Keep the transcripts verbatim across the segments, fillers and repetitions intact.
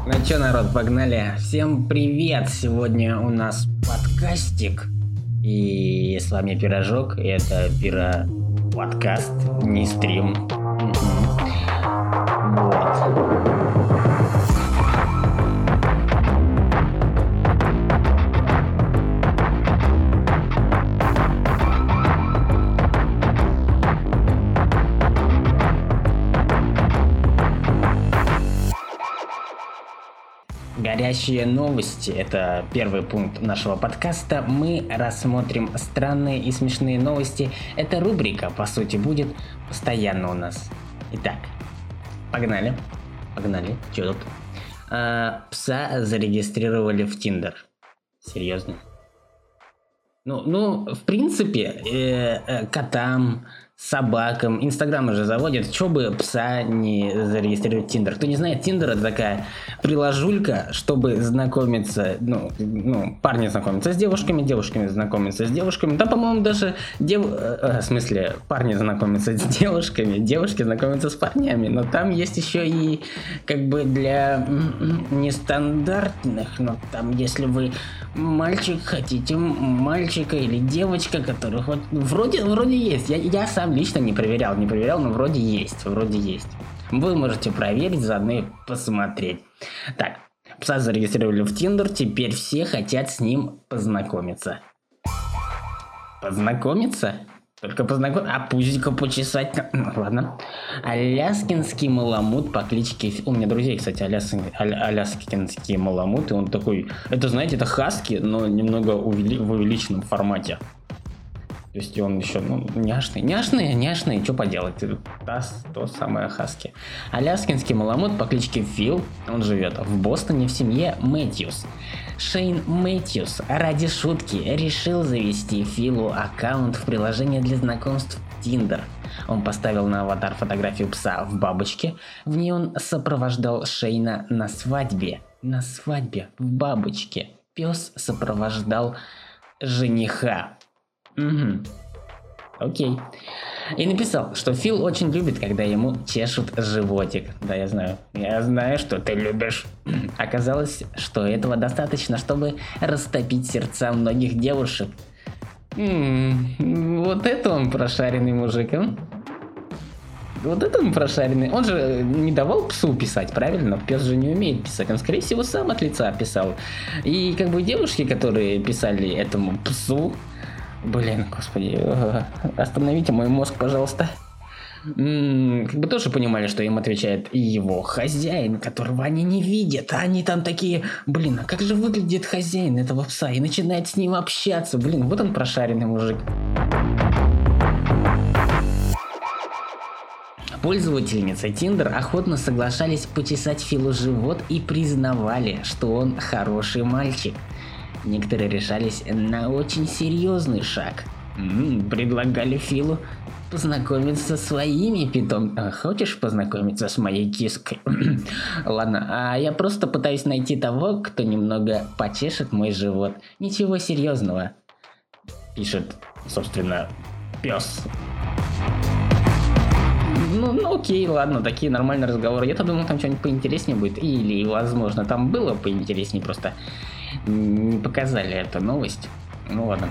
Ну чё, народ, погнали. Всем привет! Сегодня у нас подкастик. И с вами Пирожок. И это Пиро подкаст, не стрим. Вот. Горящие новости – это первый пункт нашего подкаста. Мы рассмотрим странные и смешные новости. Эта рубрика, по сути, будет постоянно у нас. Итак, погнали. Погнали. Чё тут? А, пса зарегистрировали в Тиндер. Серьезно? Ну, ну, в принципе, э, э, котам, собакам, инстаграмы же заводят, чё бы пса не зарегистрировать в Тиндер. Кто не знает, Тиндер — это такая приложулька, чтобы знакомиться, ну, ну, парни знакомятся с девушками, девушками знакомятся с девушками, да, по-моему, даже дев... э, в смысле, парни знакомятся с девушками, девушки знакомятся с парнями, но там есть еще и как бы для нестандартных, но там, если вы мальчик, хотите мальчика или девочка, которых вот вроде, вроде есть, я, я сам лично не проверял, не проверял, но вроде есть, вроде есть. Вы можете проверить, заодно и посмотреть. Так, пса зарегистрировали в Тиндер, теперь все хотят с ним познакомиться. Познакомиться? Только познакомиться? А пузико почесать? Ну, ладно. Аляскинский маламут по кличке... У меня друзей, кстати, аляс... аляскинский маламут, и он такой... Это, знаете, это хаски, но немного увели... в увеличенном формате. То есть он еще, ну, няшный, няшный, няшный, что поделать, та, то самое хаски. Аляскинский маламут по кличке Фил, он живет в Бостоне в семье Мэтьюс. Шейн Мэтьюс ради шутки решил завести Филу аккаунт в приложении для знакомств Tinder. Он поставил на аватар фотографию пса в бабочке, в ней он сопровождал Шейна на свадьбе. На свадьбе в бабочке пес сопровождал жениха. Угу. Окей. И написал, что Фил очень любит, когда ему чешут животик. Да, я знаю. Я знаю, что ты любишь. Оказалось, что этого достаточно, чтобы растопить сердца многих девушек. М-м, вот это он прошаренный мужик, а? Вот это он прошаренный. Он же не давал псу писать, правильно? Пес же не умеет писать. Он, скорее всего, сам от лица писал. И как бы девушки, которые писали этому псу... Блин, господи, остановите мой мозг, пожалуйста. М-м, как бы тоже понимали, что им отвечает и его хозяин, которого они не видят. А они там такие, блин, а как же выглядит хозяин этого пса? И начинает с ним общаться. Блин, вот он прошаренный мужик. Пользовательницы Tinder охотно соглашались почесать Филу живот и признавали, что он хороший мальчик. Некоторые решались на очень серьезный шаг. М-м, предлагали Филу познакомиться со своими питомцами. Хочешь познакомиться с моей киской? Ладно, а я просто пытаюсь найти того, кто немного почешет мой живот. Ничего серьезного. Пишет, собственно, пес. Ну, ну окей, ладно, такие нормальные разговоры. Я-то думал, там что-нибудь поинтереснее будет. Или, возможно, там было поинтереснее, просто не показали эту новость. Ну ладно.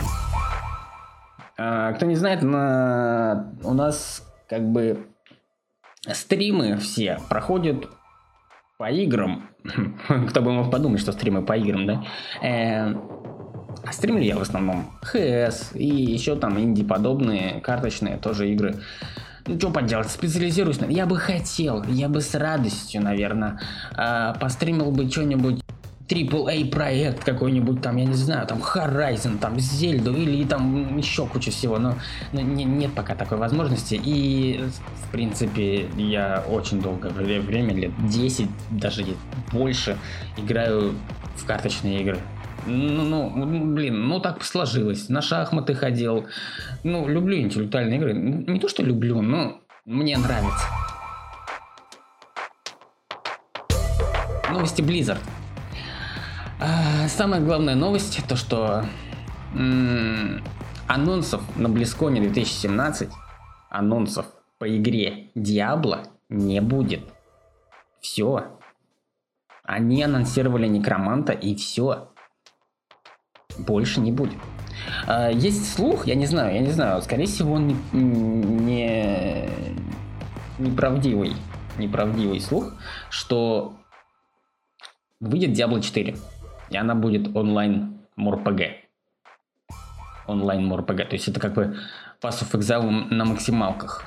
А, кто не знает, на... у нас как бы стримы все проходят по играм. Кто бы мог подумать, что стримы по играм, да? Э, а стримлю я в основном ХС и еще там инди-подобные карточные тоже игры. Ну, что поделать, специализируюсь. Я бы хотел, я бы с радостью, наверное, постримил бы что-нибудь трипл эй проект какой-нибудь там, я не знаю, там Horizon, там Зельду или там еще кучу всего, но, но не, нет пока такой возможности. И, в принципе, я очень долгое время, лет десять, даже больше, играю в карточные игры. Ну, ну, блин, ну так сложилось. На шахматы ходил. Ну, люблю интеллектуальные игры. Не то, что люблю, но мне нравится. Новости Blizzard. А, самая главная новость, то что м- анонсов на BlizzCon две тысячи семнадцать, анонсов по игре Diablo не будет. Все. Они анонсировали Некроманта, и все. Больше не будет. А, есть слух, я не знаю, я не знаю, скорее всего, он не, не неправдивый, неправдивый слух, что выйдет Диабло четыре, и она будет онлайн морпг. Онлайн морпг, то есть это как бы Pass of Exile на максималках.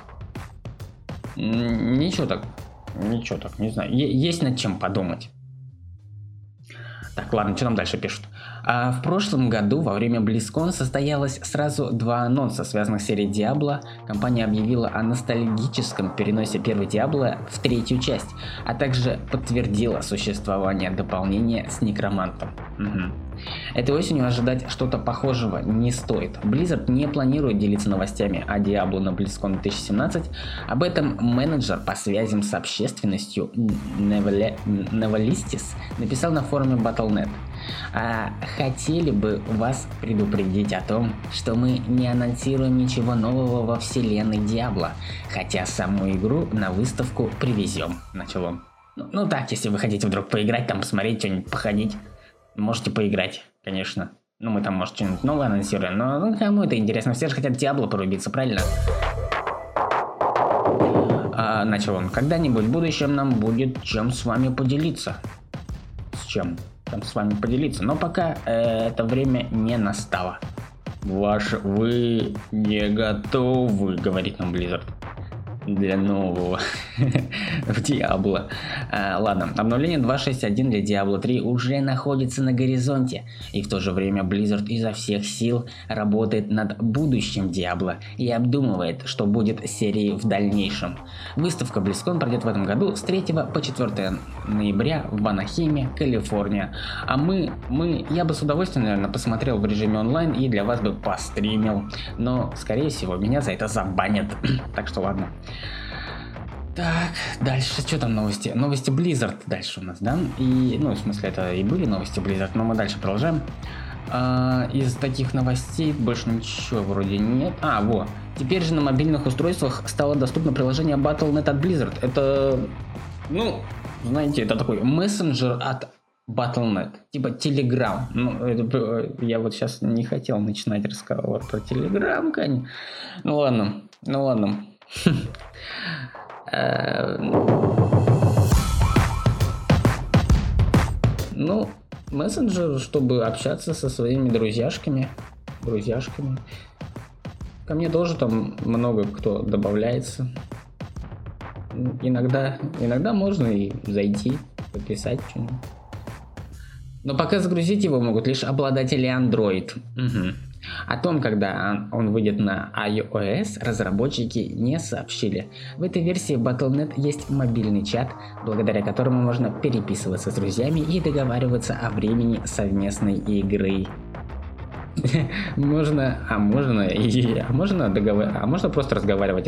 Ничего так, ничего так, не знаю, Е- есть над чем подумать. Так, ладно, что там дальше пишут? А в прошлом году во время BlizzCon состоялось сразу два анонса, связанных с серией Diablo. Компания объявила о ностальгическом переносе первой Diablo в третью часть, а также подтвердила существование дополнения с Некромантом. Угу. Этой осенью ожидать что-то похожего не стоит. Blizzard не планирует делиться новостями о Diablo на BlizzCon две тысячи семнадцать. Об этом менеджер по связям с общественностью Невалистис написал на форуме батл точка нет. А хотели бы вас предупредить о том, что мы не анонсируем ничего нового во вселенной Diablo, хотя саму игру на выставку привезем, начал он. Ну, ну так, если вы хотите вдруг поиграть, там посмотреть, что-нибудь походить, можете поиграть, конечно. Ну мы там, может, что-нибудь новое анонсируем, но ну, кому это интересно, все же хотят Diablo порубиться, правильно? А, начал он. Когда-нибудь в будущем нам будет чем с вами поделиться. С чем? Там с вами поделиться. Но пока э, это время не настало. Ваш, вы не готовы, говорит нам Blizzard, для нового в Diablo. А, ладно, обновление два точка шесть точка один для Diablo три уже находится на горизонте, и в то же время Blizzard изо всех сил работает над будущим Diablo и обдумывает, что будет с серией в дальнейшем. Выставка BlizzCon пройдет в этом году с третьего по четвёртое ноября в Анахейме, Калифорния. А мы, мы, я бы с удовольствием, наверное, посмотрел в режиме онлайн и для вас бы постримил, но, скорее всего, меня за это забанят. Так что ладно. Так, дальше, что там новости? Новости Blizzard дальше у нас, да? И, ну, в смысле, это и были новости Blizzard, но мы дальше продолжаем. А, из таких новостей больше ничего вроде нет. А, во. Теперь же на мобильных устройствах стало доступно приложение батл точка нет от Blizzard. Это, ну, знаете, это такой мессенджер от батл точка нет, типа Telegram. Ну, это, я вот сейчас не хотел начинать разговор про Telegram, конечно. Ну ладно, ну ладно. Ну, мессенджер, чтобы общаться со своими друзьяшками. Друзьяшками. Ко мне тоже там много кто добавляется. Иногда, иногда можно и зайти, пописать что-нибудь. Но пока загрузить его могут лишь обладатели Android. Угу. О том, когда он выйдет на iOS, разработчики не сообщили. В этой версии батл точка нет есть мобильный чат, благодаря которому можно переписываться с друзьями и договариваться о времени совместной игры. Можно, а можно, и, а можно договор, а можно просто разговаривать.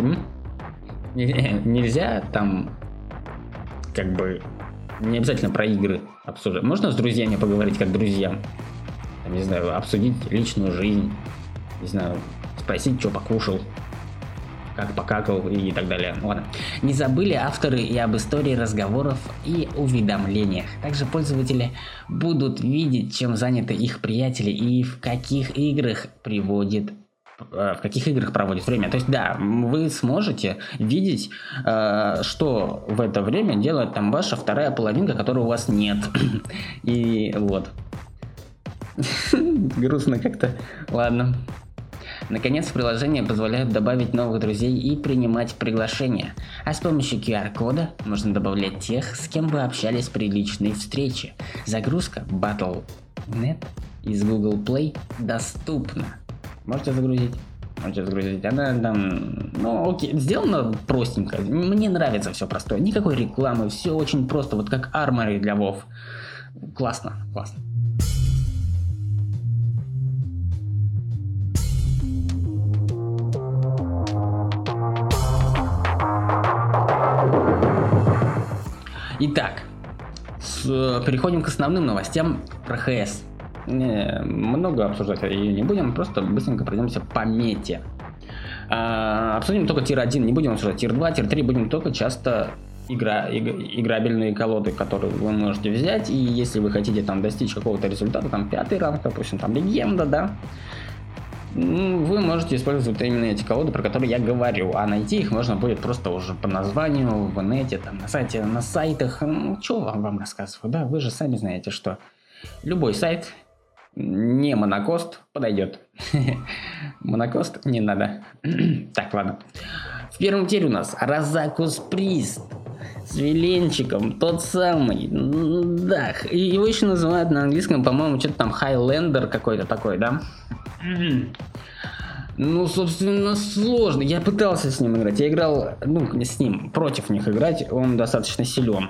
Нельзя там, как бы, не обязательно про игры обсуждать. Можно с друзьями поговорить как друзьям. Не знаю, обсудить личную жизнь, не знаю, спросить, что покушал, как покакал и так далее. Ладно. Не забыли авторы и об истории разговоров и уведомлениях. Также пользователи будут видеть, чем заняты их приятели и в каких играх приводит в каких играх проводит время. То есть, да, вы сможете видеть, что в это время делает там ваша вторая половинка, которой у вас нет. И вот. Грустно как-то. Ладно. Наконец, приложение позволяет добавить новых друзей и принимать приглашения. А с помощью ку ар-кода можно добавлять тех, с кем вы общались при личной встрече. Загрузка батл точка нет из Google Play доступна. Можете загрузить. Можете загрузить. Она там, ну окей, сделано простенько. Мне нравится все простое. Никакой рекламы, все очень просто. Вот как Armory для WoW. Классно, классно. Итак, с, переходим к основным новостям про ХС. Не, много обсуждать ее не будем, просто быстренько пройдемся по мете. А, обсудим только тир один, не будем обсуждать тир два, тир три, будем только часто игра, иг, играбельные колоды, которые вы можете взять, и если вы хотите там достичь какого-то результата, там пятый ранг, допустим, там легенда, да, вы можете использовать именно эти колоды, про которые я говорю, а найти их можно будет просто уже по названию в инете, там на сайте, на сайтах, ну, что вам, вам рассказываю, да, вы же сами знаете, что любой сайт, не монокост, подойдет. Монокост не надо. Так, ладно. В первом тире у нас Розакус Прист с Виленчиком, тот самый. Да, его еще называют на английском, по-моему, что-то там Хайлендер какой-то такой, да? Ну, собственно, сложно. Я пытался с ним играть. Я играл, ну, с ним, против них играть. Он достаточно силен.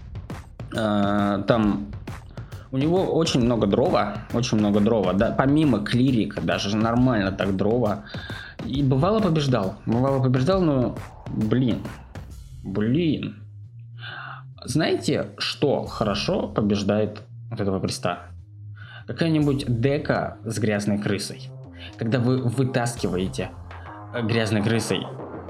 Там у него очень много дрова. Очень много дрова. Да, помимо клирика, даже нормально так дрова. И бывало побеждал. Бывало побеждал, но, блин. Блин. Знаете, что хорошо побеждает вот этого приста? Какая-нибудь дека с грязной крысой. Когда вы вытаскиваете грязной крысой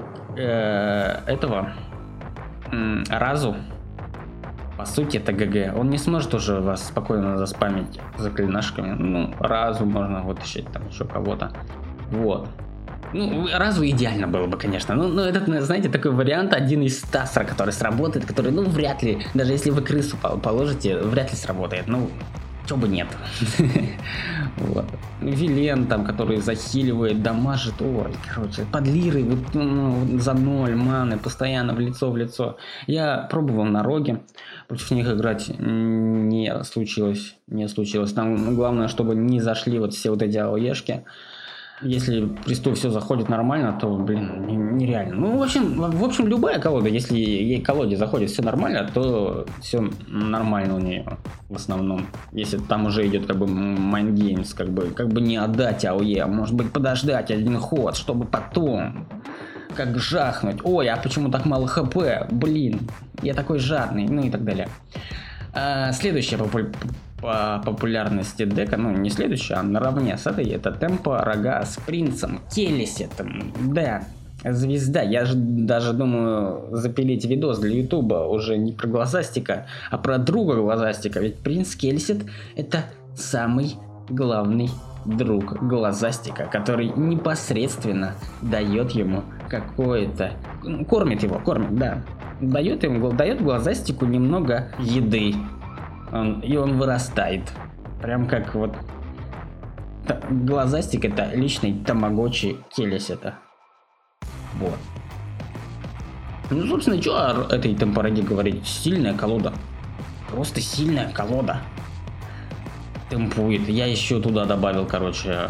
э, этого э, Разу, по сути это ГГ. Он не сможет уже вас спокойно заспамить заклинашками. Ну, Разу можно вытащить, там еще кого-то. Вот. Ну, Разу идеально было бы, конечно. Ну, ну, этот, знаете, такой вариант один из ста, который сработает, который, ну, вряд ли, даже если вы крысу положите, вряд ли сработает. Ну, чё бы нет. Вот. Вилен там, который захиливает, дамажит, ой, короче, под лирой, вот, ну, за ноль маны, постоянно в лицо, в лицо. Я пробовал на роге, против них играть не случилось, не случилось. Там главное, чтобы не зашли вот все вот эти АОЕшки. Если присту все заходит нормально, то, блин, нереально. Ну, в общем, в общем, любая колода, если ей колоде заходит все нормально, то все нормально у нее в основном. Если там уже идет как бы майнгеймс, как бы, как бы не отдать АОЕ, а может быть подождать один ход, чтобы потом как жахнуть. Ой, а почему так мало хп? Блин, я такой жадный, ну и так далее. А, следующая популь... по популярности дека, ну не следующая, а наравне с этой, это темпо рога с принцем Келесетом. Да, звезда. Я же даже думаю запилить видос для ютуба уже не про глазастика, а про друга глазастика. Ведь принц Келесет это самый главный друг глазастика, который непосредственно дает ему какое-то... Кормит его, кормит, да. Дает ему, дает глазастику немного еды. Он, и он вырастает. Прям как вот... Глазастик это личный тамагочи Келесета. Вот. Ну, собственно, что о этой темпораде говорить? Сильная колода. Просто сильная колода. Темпует. Я еще туда добавил, короче...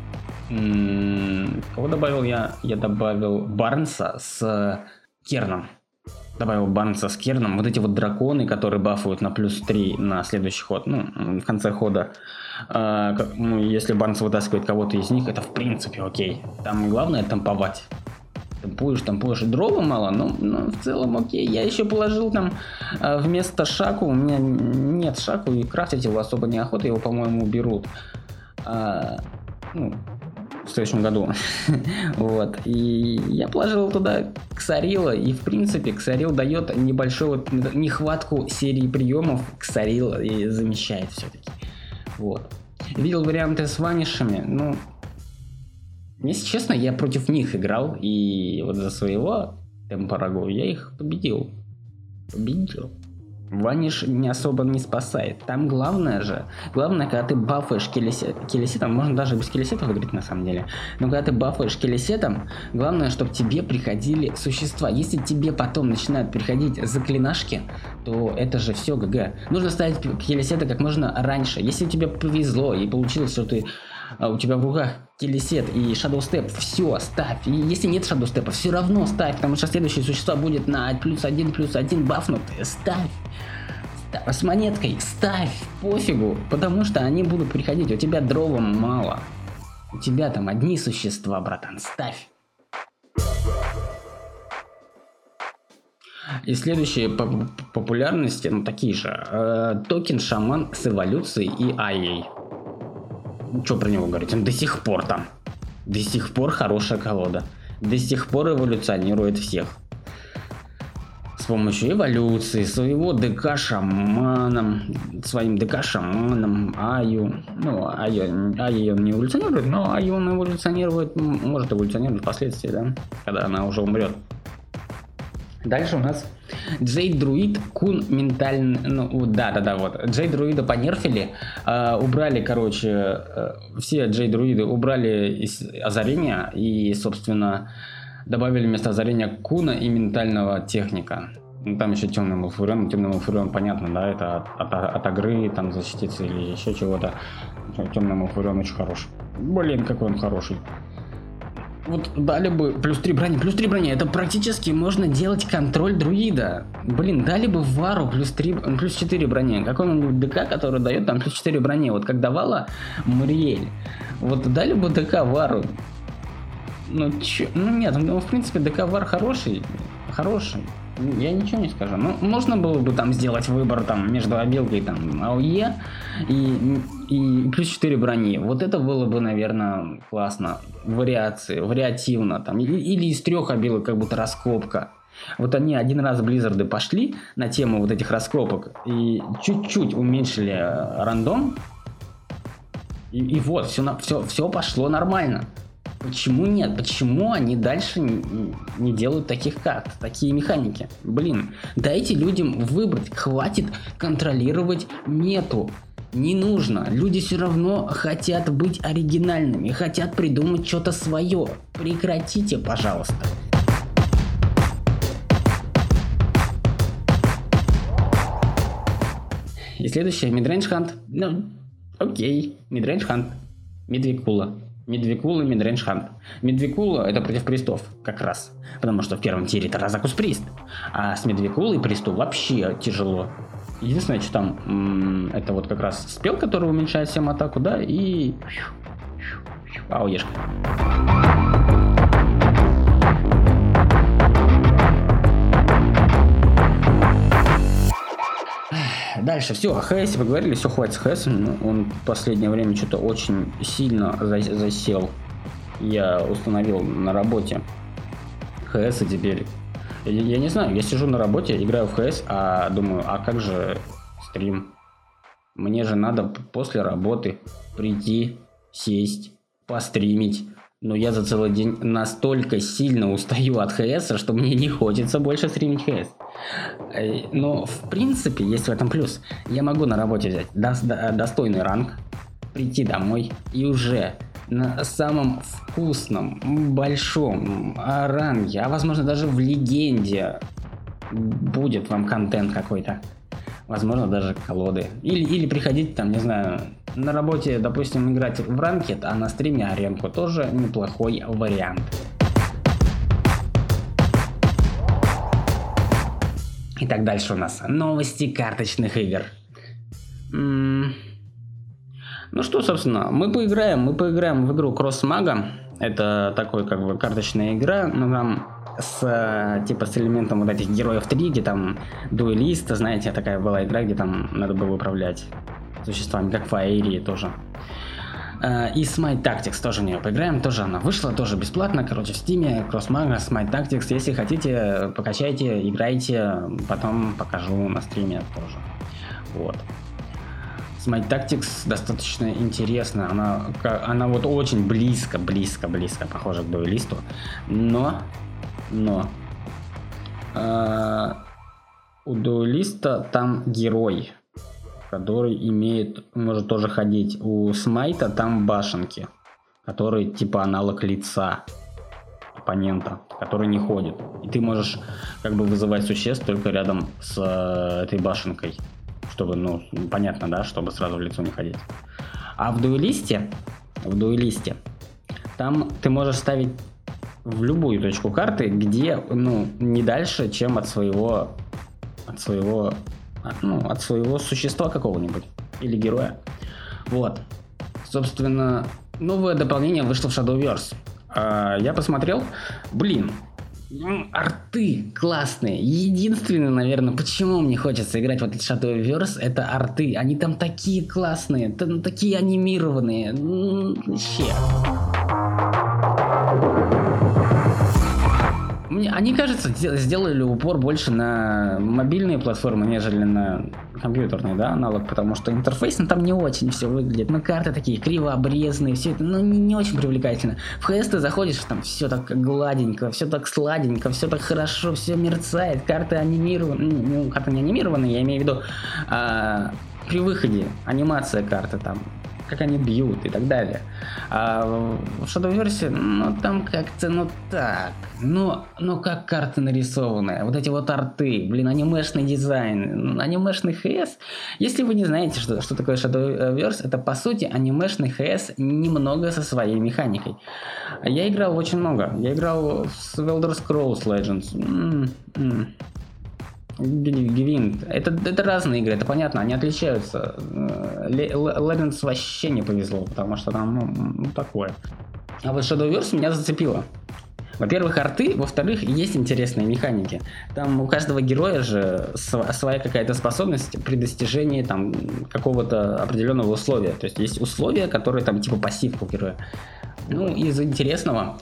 М-м- кого добавил я? Я добавил Барнса с Керном. Добавил Барнса с Керном. Вот эти вот драконы, которые бафуют на плюс три на следующий ход. Ну, в конце хода. А, как, ну, если Барнс вытаскивает кого-то из них, это в принципе окей. Там главное темповать. Темпуешь, темпуешь. Дрова мало, но, но в целом окей. Я еще положил там а, вместо Шаку. У меня нет Шаку, и крафтить его особо неохота. Его, по-моему, уберут. А, ну, в следующем году. Вот. И я положил туда Ксарила. И, в принципе, Ксарил дает небольшую вот нехватку серии приемов. Ксарил и замещает все-таки. Вот. Видел варианты с ванишами. Ну, если честно, я против них играл. И вот за своего темпорагу я их победил. Победил. Ваниш не особо не спасает. Там главное же, главное, когда ты бафаешь келесет, келесетом, можно даже без келесетов играть на самом деле, но когда ты бафаешь келесетом, главное, чтобы тебе приходили существа. Если тебе потом начинают приходить заклинашки, то это же все ГГ. Нужно ставить келесеты как можно раньше. Если тебе повезло и получилось, что ты у тебя в руках Келесет и Shadow Step, все, ставь. И если нет Shadow Step, все равно ставь, потому что следующее существо будет на плюс один, плюс один бафнутые. Ставь. Ставь. С монеткой ставь, пофигу, потому что они будут приходить. У тебя дрова мало. У тебя там одни существа, братан, ставь. И следующие по популярности, ну такие же. Э, токен Шаман с эволюцией и Айей. Что про него говорить? Он до сих пор там. До сих пор хорошая колода. До сих пор эволюционирует всех. помощью эволюции своего ДК-шаманом, своим ДК-шаманом Аю, ну, Аю, Аю он не эволюционирует, но Аю он эволюционирует, может эволюционировать впоследствии, да, когда она уже умрет. Дальше у нас Джейд-друид Кун ментальный, ну да-да-да, вот, Джейд-друида понерфили, э, убрали, короче, э, все Джейд-друиды убрали из озарения и, собственно, добавили вместо озарения Куна и ментального техника. Ну, там еще темный Малфурион, темный Малфурион, понятно, да, это от, от, от игры, там, защититься или еще чего-то. Темный Малфурион очень хороший. Блин, какой он хороший. Вот дали бы плюс три брони, плюс три брони, это практически можно делать контроль друида. Блин, дали бы Вару плюс три, плюс четыре брони. Какой-нибудь ДК, который дает там плюс четыре брони. Вот как давала Мариэль. Вот дали бы ДК Вару. Ну, чё? Ну нет, ну в принципе ДК Вар хороший. Хороший. Я ничего не скажу. Ну, можно было бы там сделать выбор там между обилкой там АОЕ и, и плюс четыре брони. Вот это было бы, наверное, классно. Вариации, вариативно там. Или, или из трех обилок, как будто раскопка. Вот они один раз Близзарды пошли на тему вот этих раскопок и чуть-чуть уменьшили рандом. И, и вот, все, все, все пошло нормально. Почему нет? Почему они дальше не, не делают таких карт, такие механики? Блин, дайте людям выбрать, хватит контролировать мету. Не нужно. Люди все равно хотят быть оригинальными, хотят придумать что-то свое. Прекратите, пожалуйста. И следующее, Midrange Hunt. Ну, окей, Midrange Hunt. Медвикула. Медвикула и Midrange Hunt. Медвикула это против пристов, как раз. Потому что в первом тире это Разакус прист. А с Медвикулой присту вообще тяжело. Единственное, что там, м- это вот как раз спел, который уменьшает всем атаку, да, и... Ауешка. Дальше, все, о ХС поговорили, все, хватит с ХС. Он в последнее время что-то очень сильно засел. Я установил на работе ХС, и теперь... Я, я не знаю, я сижу на работе, играю в ХС, а думаю, а как же стрим? Мне же надо после работы прийти, сесть, постримить. Но я за целый день настолько сильно устаю от ХС, что мне не хочется больше стримить ХС. Но в принципе есть в этом плюс. Я могу на работе взять до- достойный ранг, прийти домой и уже на самом вкусном, большом ранге, а возможно даже в легенде будет вам контент какой-то. Возможно даже колоды. Или, или приходить там, не знаю, на работе, допустим, играть в ранкет, а на стриме аренку. Тоже неплохой вариант. Итак, дальше у нас новости карточных игр. М-м- ну что, собственно, мы поиграем, мы поиграем в игру Cross Maga. Это такой как бы карточная игра, но там с типа с элементом вот этих героев три, где там дуэлиста, знаете, такая была игра, где там надо было управлять существами, как в Фаэрии тоже. И Smite Tactics тоже в нее поиграем, тоже она вышла, тоже бесплатно, короче, в Steam, Cross Maga, Smite Tactics, если хотите, покачайте, играйте, потом покажу на стриме тоже. Вот. Smite Tactics достаточно интересна, она, она вот очень близко, близко, близко похожа к дуэлисту, но, но, э, у дуэлиста там герой, который имеет, может тоже ходить. У Смайта там башенки, которые типа аналог лица оппонента, который не ходит. И ты можешь как бы вызывать существ только рядом с э, этой башенкой, чтобы, ну, понятно, да, чтобы сразу в лицо не ходить. А в дуэлисте, в дуэлисте, там ты можешь ставить в любую точку карты, где, ну, не дальше, чем от своего, от своего ну, от своего существа какого-нибудь или героя. Вот. Собственно, новое дополнение вышло в Shadowverse. А, я посмотрел. Блин, арты классные. Единственное, наверное, почему мне хочется играть в этот Shadowverse, это арты. Они там такие классные, там такие анимированные. Вообще. Мне, они, кажется, сделали упор больше на мобильные платформы, нежели на компьютерный, да, аналог, потому что интерфейс, ну, там не очень все выглядит, ну, карты такие криво обрезанные, все это, ну, не, не очень привлекательно. В ХС ты заходишь, там все так гладенько, все так сладенько, все так хорошо, все мерцает, карты анимированы, ну, карты не анимированные, я имею в виду, а, при выходе анимация карты там, как они бьют и так далее. А в Shadow-версии, ну там как-то, ну так, ну, ну как карты нарисованные, вот эти вот арты, блин, анимешный дизайн, анимешный ХС. Если вы не знаете, что, что такое Shadow-верс, это по сути анимешный ХС немного со своей механикой. Я играл очень много, я играл с Elder Scrolls Legends. М-м-м. Гвинт. Это, это разные игры, это понятно, они отличаются. Legends вообще не повезло, потому что там, ну, ну такое. А вот Shadow-верс меня зацепило. Во-первых, арты, во-вторых, есть интересные механики. Там у каждого героя же своя какая-то способность при достижении там какого-то определенного условия. То есть есть условия, которые там типа пассивка у героя. Ну, из интересного,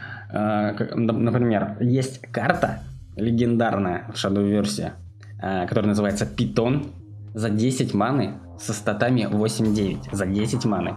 например, есть карта легендарная в Shadow-версии, которая называется Питон, за десять маны со статами восемь девять. За десять маны.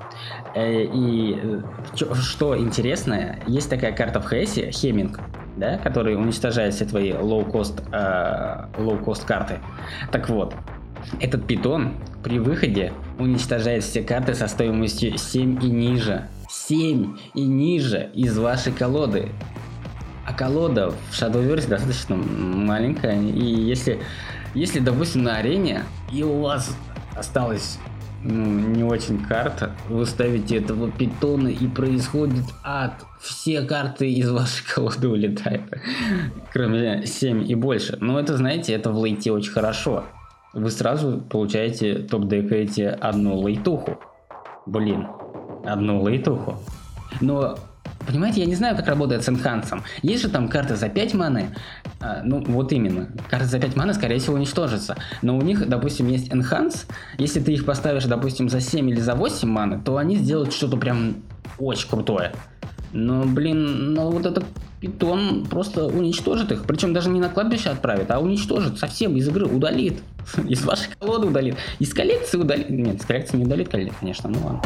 И что интересное, есть такая карта в ХСе, Хеминг, да, который уничтожает все твои лоу-кост, лоу-кост карты. Так вот, этот Питон при выходе уничтожает все карты со стоимостью семь и ниже. семь и ниже из вашей колоды. А колода в Shadow-версии достаточно маленькая, и если, если, допустим, на арене, и у вас осталась, ну, не очень карта, вы ставите этого питона, и происходит ад. Все карты из вашей колоды улетают, кроме семь и больше. Но это, знаете, это в лейте очень хорошо. Вы сразу получаете, топ-декаете одну лейтуху. Блин, одну лейтуху. Но... Понимаете, я не знаю, как работает с энхансом. Есть же там карты за пять маны. А, ну, вот именно. Карты за пять маны, скорее всего, уничтожатся. Но у них, допустим, есть энханс. Если ты их поставишь, допустим, за семь или за восемь маны, то они сделают что-то прям очень крутое. Но, блин, ну вот этот питон просто уничтожит их. Причем даже не на кладбище отправит, а уничтожит совсем из игры, удалит. Из вашей колоды удалит. Из коллекции удалит. Нет, из коллекции не удалит, конечно, ну ладно.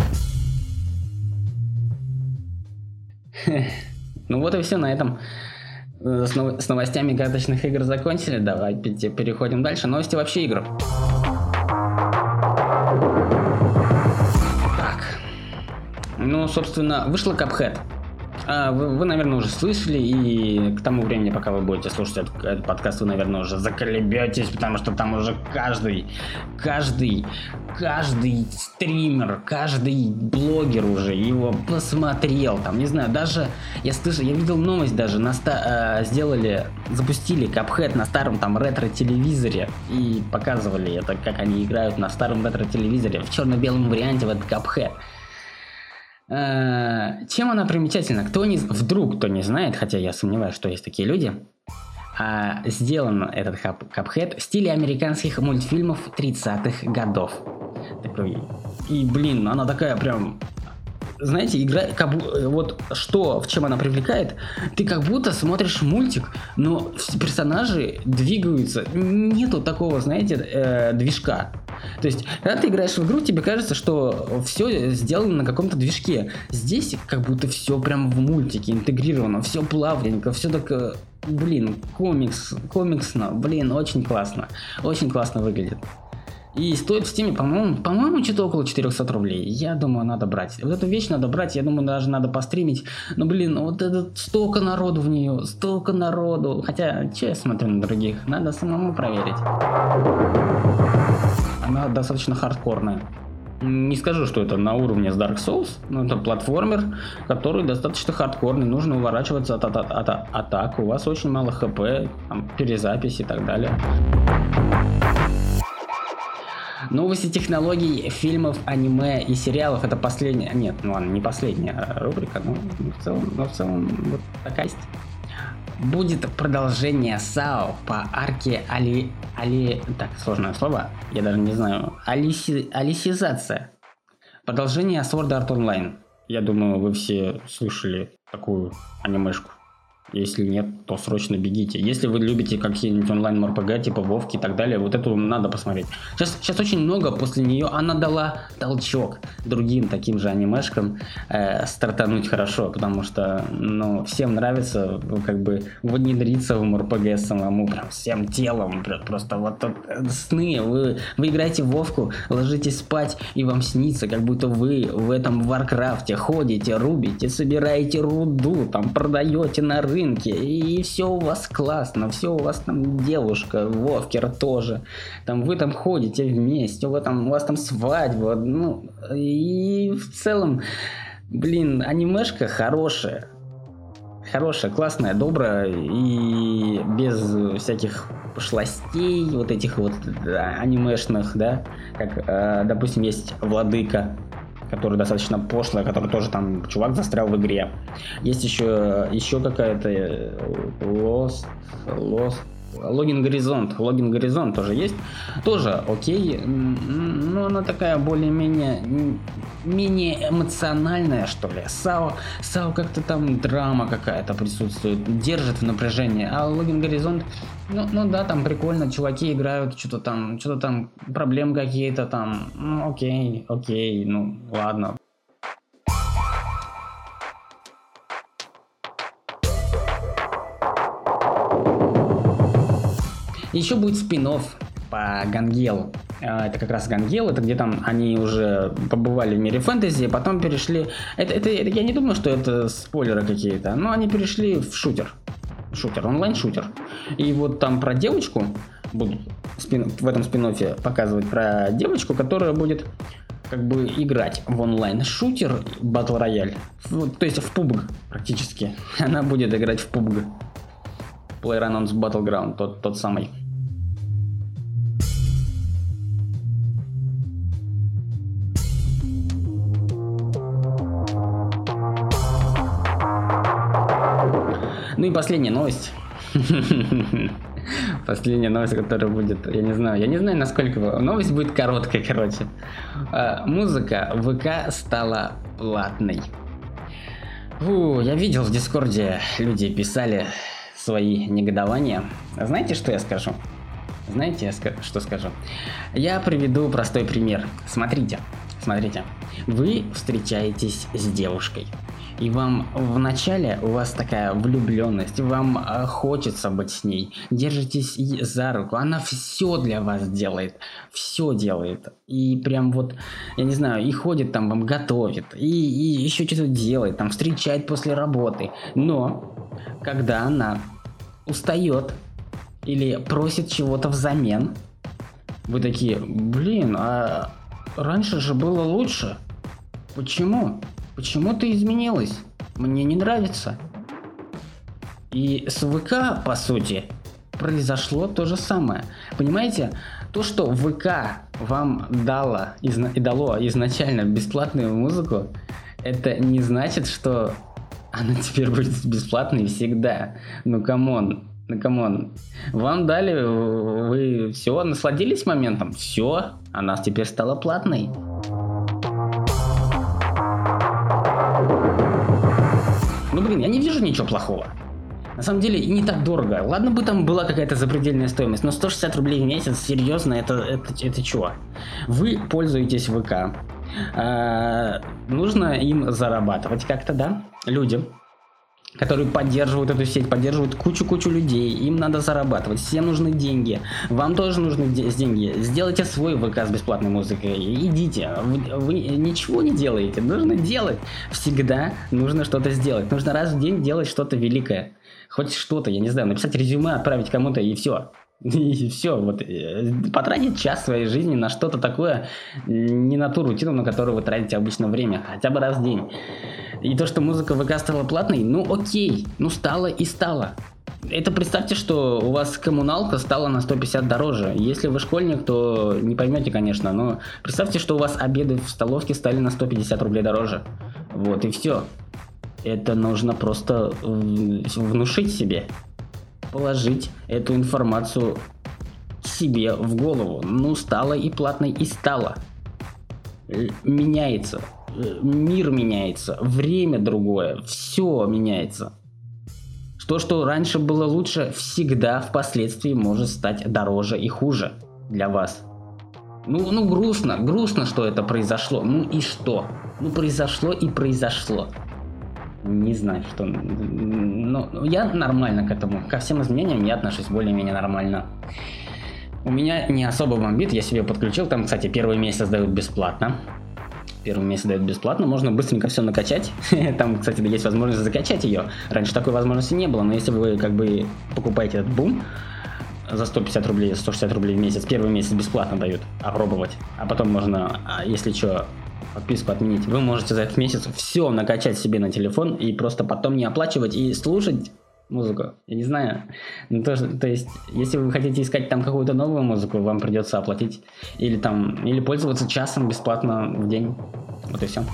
Ну вот и все на этом. С, нов- с новостями карточных игр закончили. Давайте переходим дальше. Новости вообще игр. Так. Ну, собственно, вышла Cuphead. А, вы, вы, наверное, уже слышали, и к тому времени, пока вы будете слушать этот, этот подкаст, вы, наверное, уже заколебетесь, потому что там уже каждый, каждый, каждый стример, каждый блогер уже его посмотрел. Там, не знаю, даже, я слышал, я видел новость даже, на ста- э, сделали, запустили Cuphead на старом там ретро-телевизоре, и показывали это, как они играют на старом ретро-телевизоре в черно-белом варианте в этот Cuphead. Чем она примечательна? Кто не, вдруг кто не знает, хотя я сомневаюсь, что есть такие люди, а, сделан этот Cuphead в стиле американских мультфильмов тридцатых годов. Такой, и, блин, она такая прям... Знаете, игра, как, вот что, в чем она привлекает, ты как будто смотришь мультик, но персонажи двигаются, нету такого, знаете, э, движка. То есть, когда ты играешь в игру, тебе кажется, что все сделано на каком-то движке. Здесь как будто все прям в мультике интегрировано, все плавненько, все так, блин, комикс, комиксно, блин, очень классно, очень классно выглядит. И стоит в Steam, по-моему, по-моему, что-то около четыреста рублей. Я думаю, надо брать. Вот эту вещь надо брать, я думаю, даже надо постримить. Но, блин, вот это столько народу в нее, столько народу. Хотя, что я смотрю на других, надо самому проверить. Она достаточно хардкорная. Не скажу, что это на уровне с Dark Souls, но это платформер, который достаточно хардкорный. Нужно уворачиваться от, от, от, от атак. У вас очень мало хп, там, перезапись и так далее. Новости технологий, фильмов, аниме и сериалов — это последняя, нет, ну ладно, не последняя рубрика, но в целом, но в целом вот такая есть. Будет продолжение САО по арке Али... Али... Так, сложное слово, я даже не знаю. Алиси... Алисизация. Продолжение Sword Art Online. Я думаю, вы все слышали такую анимешку. Если нет, то срочно бегите. Если вы любите какие-нибудь онлайн-МРПГ, типа Вовки и так далее, вот эту надо посмотреть. Сейчас, сейчас очень много после нее она дала толчок другим таким же анимешкам э, стартануть хорошо, потому что, ну, всем нравится как бы внедриться в МРПГ самому, прям всем телом, просто вот тут сны. Вы, вы играете в Вовку, ложитесь спать, и вам снится, как будто вы в этом Варкрафте ходите, рубите, собираете руду, там продаете на рынке, и все у вас классно, все у вас там девушка, Вовкер тоже, там вы там ходите вместе, у вас там, у вас там свадьба, ну, и в целом, блин, анимешка хорошая, хорошая, классная, добрая и без всяких пошлостей, вот этих вот анимешных, да, как, э, допустим, есть Владыка, который достаточно пошлая, который тоже там чувак застрял в игре. Есть еще, еще какая-то Lost, Lost, Логин Горизонт. Логин Горизонт тоже есть. Тоже окей. Но она такая более-менее менее эмоциональная, что ли. САО, САО как-то там драма какая-то присутствует. Держит в напряжении. А Логин Горизонт, ну, ну да, там прикольно. Чуваки играют, что-то там, что-то там, проблемы какие-то там. Ну, окей, окей, ну, ладно. Еще будет спин-офф по Гангелу. Это как раз Гангел, это где там они уже побывали в мире фэнтези, потом перешли... Это, это, это, я не думаю, что это спойлеры какие-то, но они перешли в шутер. Шутер, онлайн-шутер. И вот там про девочку будут спин, в этом спин-оффе показывать про девочку, которая будет как бы играть в онлайн-шутер Battle Royale. Вот, то есть в пабг практически. Она будет играть в пабг. PlayerUnknown's Battleground, тот, тот самый. Ну и последняя новость. Последняя новость, которая будет, я не знаю, я не знаю, насколько... Новость будет короткой, короче. Музыка в ВК стала платной. Фу, я видел в Дискорде, люди писали свои негодования. Знаете, что я скажу? Знаете, я ска- что скажу? Я приведу простой пример. Смотрите, смотрите. Вы встречаетесь с девушкой. И вам вначале у вас такая влюбленность, вам э, хочется быть с ней, держитесь за руку, она все для вас делает, все делает, и прям вот, я не знаю, и ходит там, вам готовит, и, и еще что-то делает, там встречает после работы, но когда она устает или просит чего-то взамен, вы такие, блин, а раньше же было лучше, почему? Почему ты изменилась? Мне не нравится. И с ВК, по сути, произошло то же самое. Понимаете, то, что ВК вам дало, изна- дало изначально бесплатную музыку, это не значит, что она теперь будет бесплатной всегда. Ну камон, ну камон. Вам дали, вы все, насладились моментом, все, она теперь стала платной. Ну блин, я не вижу ничего плохого. На самом деле и не так дорого. Ладно бы там была какая-то запредельная стоимость, но сто шестьдесят рублей в месяц, серьезно, это, это, это чего? Вы пользуетесь ВК. А, нужно им зарабатывать как-то, да? Людям, которые поддерживают эту сеть, поддерживают кучу-кучу людей. Им надо зарабатывать. Всем нужны деньги. Вам тоже нужны деньги. Сделайте свой ВК с бесплатной музыкой. Идите. Вы, вы ничего не делаете. Нужно делать. Всегда нужно что-то сделать. Нужно раз в день делать что-то великое. Хоть что-то, я не знаю, написать резюме, отправить кому-то и все. И все, вот потратить час своей жизни на что-то такое, не на ту рутину, на которую вы тратите обычно время, хотя бы раз в день. И то, что музыка в ВК стала платной, ну окей, ну стала и стала. Это представьте, что у вас коммуналка стала на сто пятьдесят дороже. Если вы школьник, то не поймете, конечно, но представьте, что у вас обеды в столовке стали на сто пятьдесят рублей дороже. Вот и все. Это нужно просто внушить себе. Положить эту информацию себе в голову. Ну, стало и платной, и стало. Меняется. Мир меняется. Время другое. Все меняется. Что То, что раньше было лучше, всегда впоследствии может стать дороже и хуже для вас. Ну, ну грустно, грустно, что это произошло. Ну и что? Ну произошло и произошло. Не знаю, что... Но я нормально к этому. Ко всем изменениям я отношусь более-менее нормально. У меня не особо бомбит, я себе подключил. Там, кстати, первый месяц дают бесплатно. Первый месяц дают бесплатно, можно быстренько все накачать. Там, кстати, есть возможность закачать ее. Раньше такой возможности не было, но если вы как бы покупаете этот бум за сто пятьдесят рублей, сто шестьдесят рублей в месяц, первый месяц бесплатно дают опробовать. А потом можно, если что, подписку отменить. Вы можете за этот месяц все накачать себе на телефон и просто потом не оплачивать и слушать музыку. Я не знаю. Ну, то, то есть, если вы хотите искать там какую-то новую музыку, вам придется оплатить. Или там, или пользоваться часом бесплатно в день. Вот и все.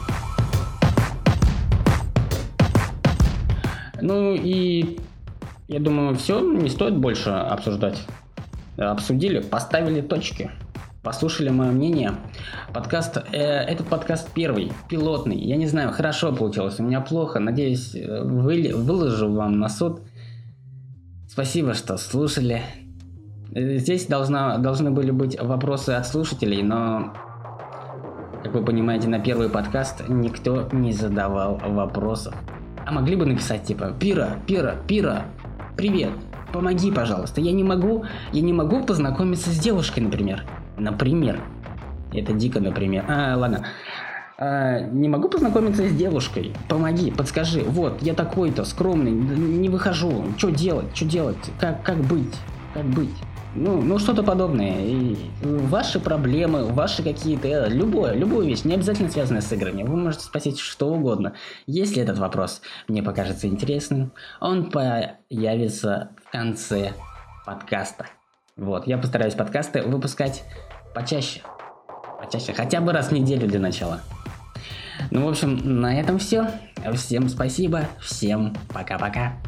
Ну и я думаю, все, не стоит больше обсуждать. Обсудили, поставили точки. Послушали мое мнение. Подкаст, э, этот подкаст первый, пилотный. Я не знаю, хорошо получилось, у меня плохо. Надеюсь, вы, выложу вам на суд. Спасибо, что слушали. Здесь должна, должны были быть вопросы от слушателей, но, как вы понимаете, на первый подкаст никто не задавал вопросов. А могли бы написать типа: Пира, Пира, Пира, привет, помоги, пожалуйста. Я не могу, я не могу познакомиться с девушкой, например. Например. Это дико, например. А, ладно. А, не могу познакомиться с девушкой. Помоги, подскажи. Вот, я такой-то, скромный, не выхожу. Что делать? Что делать? Как, как быть? Как быть? Ну, ну что-то подобное. И ваши проблемы, ваши какие-то... Любое, любую вещь, не обязательно связанная с играми. Вы можете спросить что угодно. Если этот вопрос мне покажется интересным, он появится в конце подкаста. Вот, я постараюсь подкасты выпускать почаще. Почаще, хотя бы раз в неделю для начала. Ну, в общем, на этом все. Всем спасибо, всем пока-пока.